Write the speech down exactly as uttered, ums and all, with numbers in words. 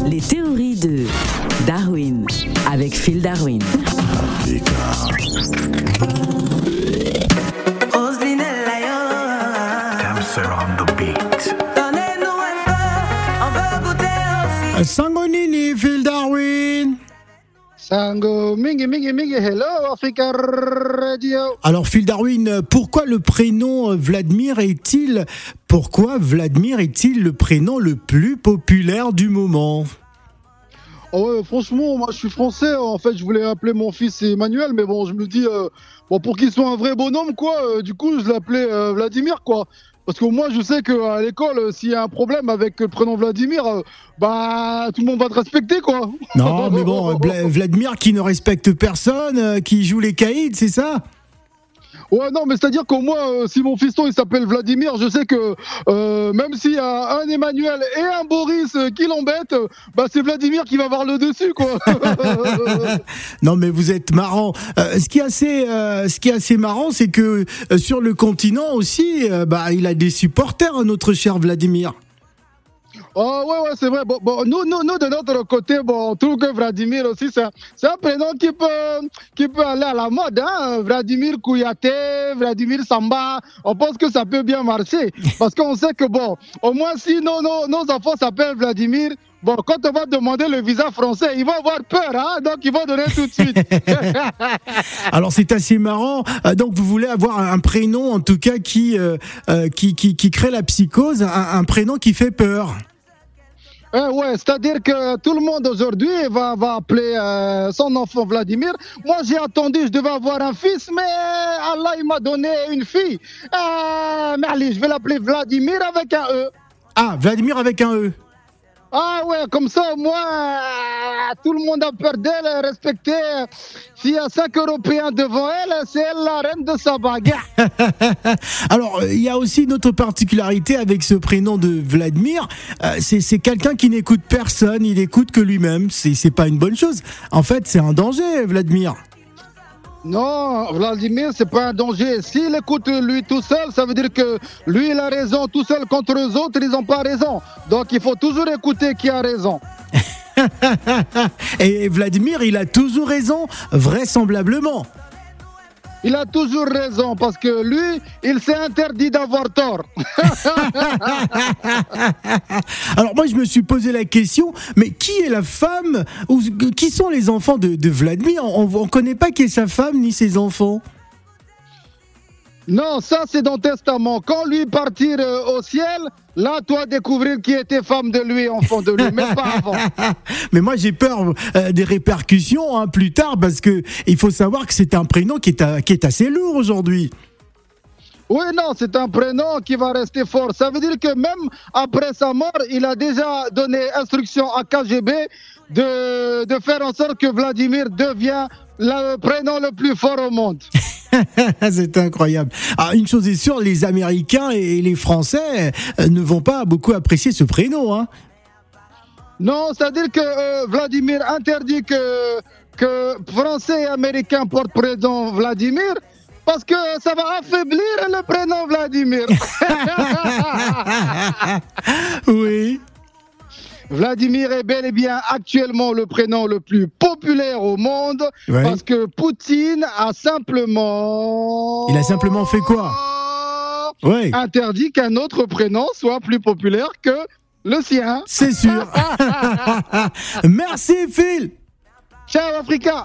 Les théories de Darwin avec Phil Darwin. Sangonini, Phil Darwin. Sango, mingi, mingi, mingi, hello, Africa Radio. Alors, Phil Darwin, pourquoi le prénom Vladimir est-il, pourquoi Vladimir est-il le prénom le plus populaire du moment ? Oh ouais, franchement, moi je suis français. En fait, je voulais appeler mon fils Emmanuel, mais bon, je me dis, euh, bon, pour qu'il soit un vrai bonhomme, quoi, euh, du coup, je l'appelais euh, Vladimir, quoi. Parce que moi, je sais qu'à l'école, euh, s'il y a un problème avec le prénom Vladimir, euh, bah, tout le monde va te respecter, quoi. Non, mais bon, euh, Bla- Vladimir qui ne respecte personne, euh, qui joue les caïds, c'est ça ? Ouais, non, mais c'est-à-dire qu'au moins, euh, si mon fiston il s'appelle Vladimir, je sais que euh, même s'il y a un Emmanuel et un Boris euh, qui l'embêtent, euh, bah c'est Vladimir qui va avoir le dessus, quoi. Non, mais vous êtes marrant. Euh, ce qui est assez, euh, ce qui est assez marrant, c'est que euh, sur le continent aussi, euh, bah, il a des supporters, hein, notre cher Vladimir. Oh ouais, ouais, c'est vrai. Bon, bon, nous, nous, nous, de notre côté, bon, on trouve que Vladimir aussi, c'est un, c'est un prénom qui peut, qui peut aller à la mode. Hein? Vladimir Kouyaté, Vladimir Samba, on pense que ça peut bien marcher. Parce qu'on sait que, bon, au moins si nos, nos, nos enfants s'appellent Vladimir, bon, quand on va demander le visa français, ils vont avoir peur, hein? Donc ils vont donner tout de suite. Alors c'est assez marrant. Euh, donc vous voulez avoir un prénom, en tout cas, qui, euh, euh, qui, qui, qui crée la psychose, un, un prénom qui fait peur. Eh ouais, c'est-à-dire que tout le monde aujourd'hui va, va appeler euh, son enfant Vladimir. Moi, j'ai attendu, je devais avoir un fils, mais Allah, il m'a donné une fille. Euh, mais allez, je vais l'appeler Vladimir avec un E. Ah, Vladimir avec un E. Ah ouais, comme ça, au moins, euh, tout le monde a peur d'elle, respectée. S'il y a cinq Européens devant elle, c'est elle la reine de sa bagarre. Alors, il y a aussi une autre particularité avec ce prénom de Vladimir, euh, c'est, c'est quelqu'un qui n'écoute personne, il écoute que lui-même. C'est, c'est pas une bonne chose. En fait, c'est un danger, Vladimir. Non, Vladimir, c'est pas un danger. S'il écoute lui tout seul, ça veut dire que lui, il a raison tout seul contre eux autres, ils n'ont pas raison. Donc, il faut toujours écouter qui a raison. Et Vladimir, il a toujours raison, vraisemblablement. Il a toujours raison parce que lui, il s'est interdit d'avoir tort. Alors moi, je me suis posé la question, mais qui est la femme ou qui sont les enfants de, de Vladimir ? On ne connaît pas qui est sa femme ni ses enfants. Non, ça c'est dans le testament. Quand lui partir euh, au ciel, là, toi découvrir qui était femme de lui, enfant de lui, mais pas avant. Mais moi, j'ai peur euh, des répercussions hein, plus tard, parce que il faut savoir que c'est un prénom qui est, à, qui est assez lourd aujourd'hui. Oui, non, c'est un prénom qui va rester fort. Ça veut dire que même après sa mort, il a déjà donné instruction à K G B de, de faire en sorte que Vladimir devient le prénom le plus fort au monde. C'est incroyable. Ah, une chose est sûre, les Américains et les Français euh, ne vont pas beaucoup apprécier ce prénom. Hein. Non, c'est-à-dire que euh, Vladimir interdit que, que Français et Américains portent prénom Vladimir parce que ça va affaiblir le prénom Vladimir. Oui. Vladimir est bel et bien actuellement le prénom le plus populaire au monde Ouais. parce que Poutine a simplement... Il a simplement fait quoi ? Ouais. Interdit qu'un autre prénom soit plus populaire que le sien. C'est sûr. Merci Phil. Ciao Africa.